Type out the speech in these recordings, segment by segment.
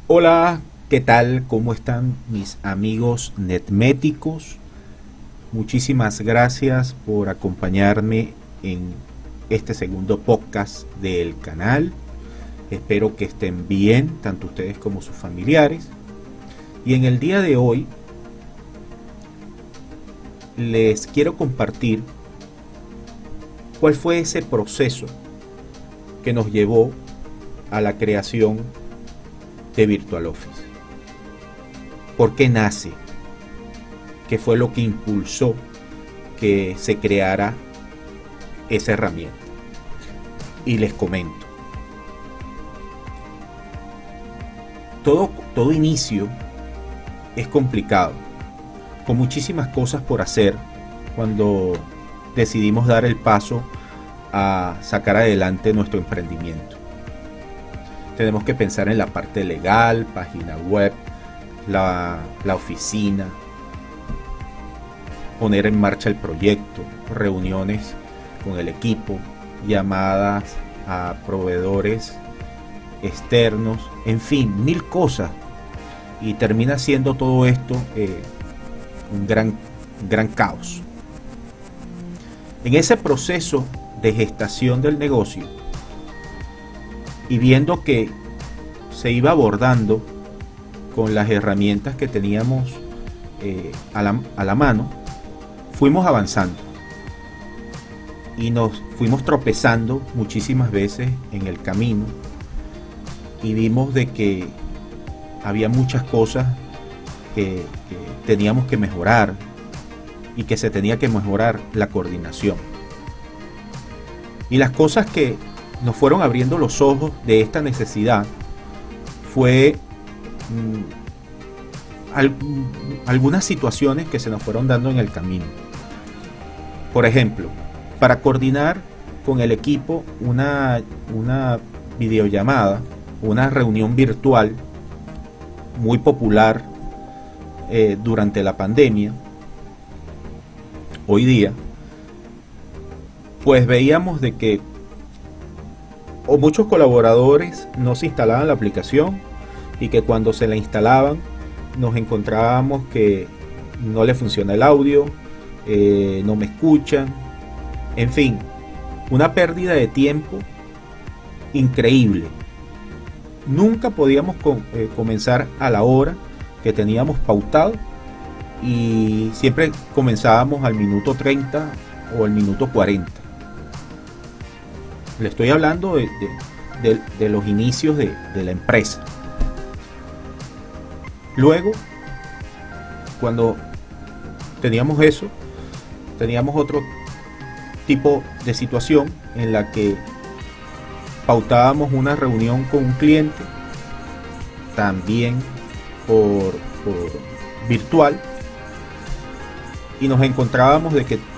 Hola, ¿qué tal? ¿Cómo están mis amigos netméticos? Muchísimas gracias por acompañarme en este segundo podcast del canal. Espero que estén bien, tanto ustedes como sus familiares. Y en el día de hoy les quiero compartir cuál fue ese proceso que nos llevó a la creación de Virtual Office. ¿Por qué nace? ¿Qué fue lo que impulsó que se creara esa herramienta? Y les comento. Todo inicio es complicado, con muchísimas cosas por hacer cuando decidimos dar el paso a sacar adelante nuestro emprendimiento. Tenemos que pensar en la parte legal, página web, la oficina, poner en marcha el proyecto, reuniones con el equipo, llamadas a proveedores externos, en fin, mil cosas. Y termina siendo todo esto un gran caos. En ese proceso de gestación del negocio, y viendo que se iba abordando con las herramientas que teníamos a la mano, fuimos avanzando y nos fuimos tropezando muchísimas veces en el camino, y vimos de que había muchas cosas que teníamos que mejorar, y que se tenía que mejorar la coordinación. Y las cosas que nos fueron abriendo los ojos de esta necesidad fue algunas situaciones que se nos fueron dando en el camino. Por ejemplo, para coordinar con el equipo una videollamada, una reunión virtual muy popular durante la pandemia, hoy día, pues veíamos de que o muchos colaboradores no se instalaban la aplicación, y que cuando se la instalaban nos encontrábamos que no le funciona el audio, no me escuchan, en fin, una pérdida de tiempo increíble. Nunca podíamos comenzar a la hora que teníamos pautado, y siempre comenzábamos al minuto 30 o al minuto 40. Le estoy hablando de los inicios de la empresa. Luego, cuando teníamos eso, teníamos otro tipo de situación en la que pautábamos una reunión con un cliente, también por virtual, y nos encontrábamos de que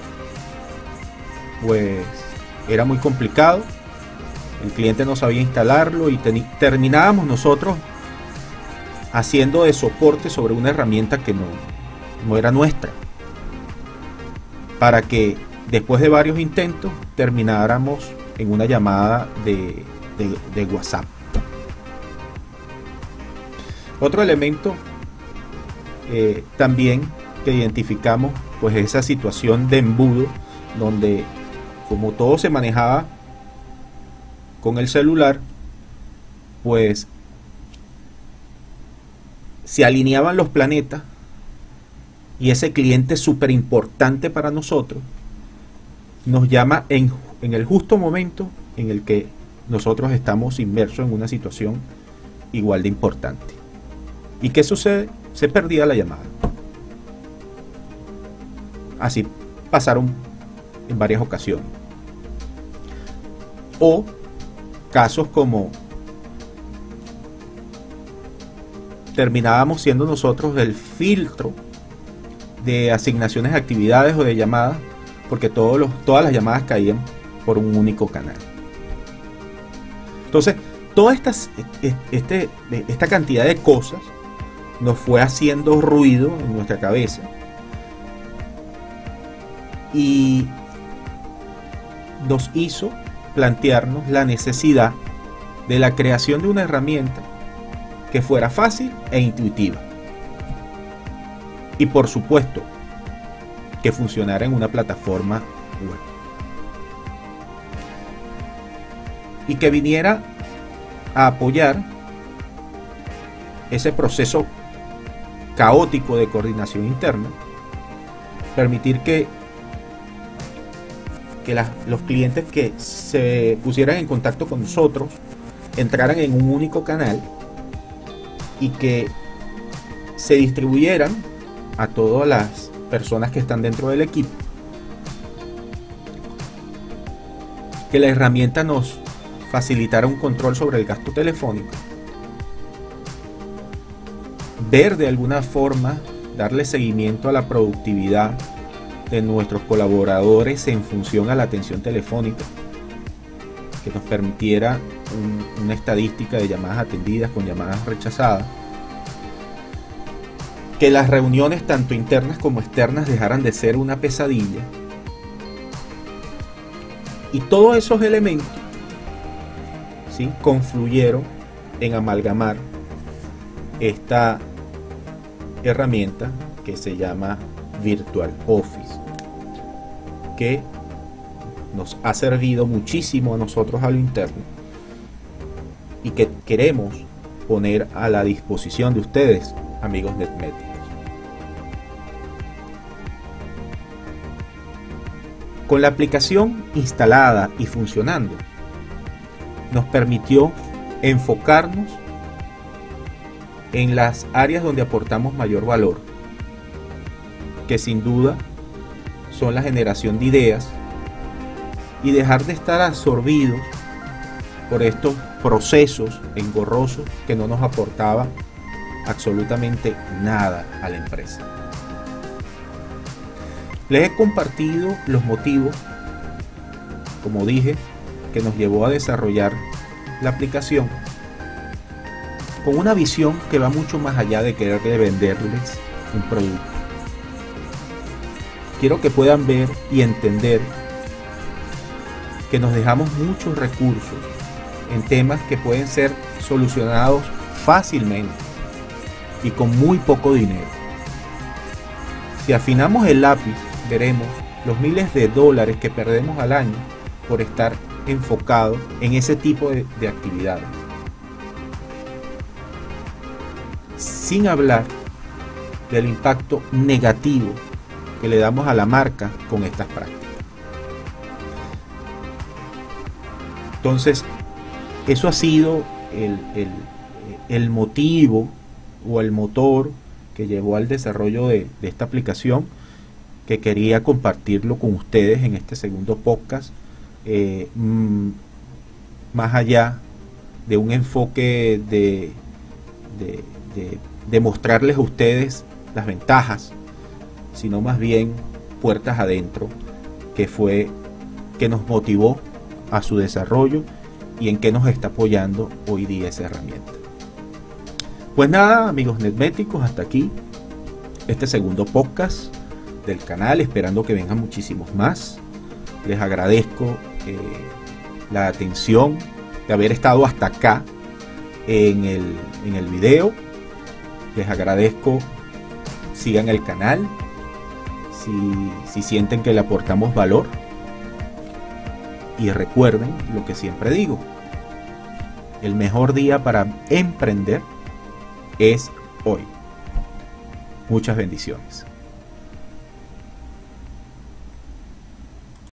pues era muy complicado, el cliente no sabía instalarlo, y terminábamos nosotros haciendo de soporte sobre una herramienta que no era nuestra, para que después de varios intentos termináramos en una llamada de WhatsApp. Otro elemento también que identificamos, pues esa situación de embudo, donde como todo se manejaba con el celular, pues se alineaban los planetas, y ese cliente súper importante para nosotros nos llama en el justo momento en el que nosotros estamos inmersos en una situación igual de importante. ¿Y qué sucede? Se perdía la llamada. Así pasaron en varias ocasiones. O casos como terminábamos siendo nosotros el filtro de asignaciones de actividades o de llamadas, porque todas las llamadas caían por un único canal. Entonces, toda esta cantidad de cosas nos fue haciendo ruido en nuestra cabeza, y nos hizo plantearnos la necesidad de la creación de una herramienta que fuera fácil e intuitiva. Y por supuesto, que funcionara en una plataforma web. Y que viniera a apoyar ese proceso caótico de coordinación interna, permitir que los clientes que se pusieran en contacto con nosotros entraran en un único canal y que se distribuyeran a todas las personas que están dentro del equipo, que la herramienta nos facilitara un control sobre el gasto telefónico, ver de alguna forma, darle seguimiento a la productividad de nuestros colaboradores en función a la atención telefónica, que nos permitiera una estadística de llamadas atendidas con llamadas rechazadas, que las reuniones tanto internas como externas dejaran de ser una pesadilla. Y todos esos elementos, ¿sí?, confluyeron en amalgamar esta herramienta que se llama Virtual Office, que nos ha servido muchísimo a nosotros a lo interno y que queremos poner a la disposición de ustedes, amigos netméticos. Con la aplicación instalada y funcionando, nos permitió enfocarnos en las áreas donde aportamos mayor valor, que sin duda son la generación de ideas, y dejar de estar absorbidos por estos procesos engorrosos que no nos aportaban absolutamente nada a la empresa. Les he compartido los motivos, como dije, que nos llevó a desarrollar la aplicación con una visión que va mucho más allá de querer venderles un producto. Quiero que puedan ver y entender que nos dejamos muchos recursos en temas que pueden ser solucionados fácilmente y con muy poco dinero. Si afinamos el lápiz, veremos los miles de dólares que perdemos al año por estar enfocados en ese tipo de actividades. Sin hablar del impacto negativo que le damos a la marca con estas prácticas. Entonces, eso ha sido el motivo o el motor que llevó al desarrollo de esta aplicación, que quería compartirlo con ustedes en este segundo podcast, más allá de un enfoque de mostrarles a ustedes las ventajas, sino más bien puertas adentro, que fue que nos motivó a su desarrollo y en qué nos está apoyando hoy día esa herramienta. Pues nada, amigos netméticos, hasta aquí este segundo podcast del canal, esperando que vengan muchísimos más. Les agradezco la atención de haber estado hasta acá en el video. Les agradezco, sigan el canal si sienten que le aportamos valor, y recuerden lo que siempre digo: el mejor día para emprender es hoy. Muchas bendiciones.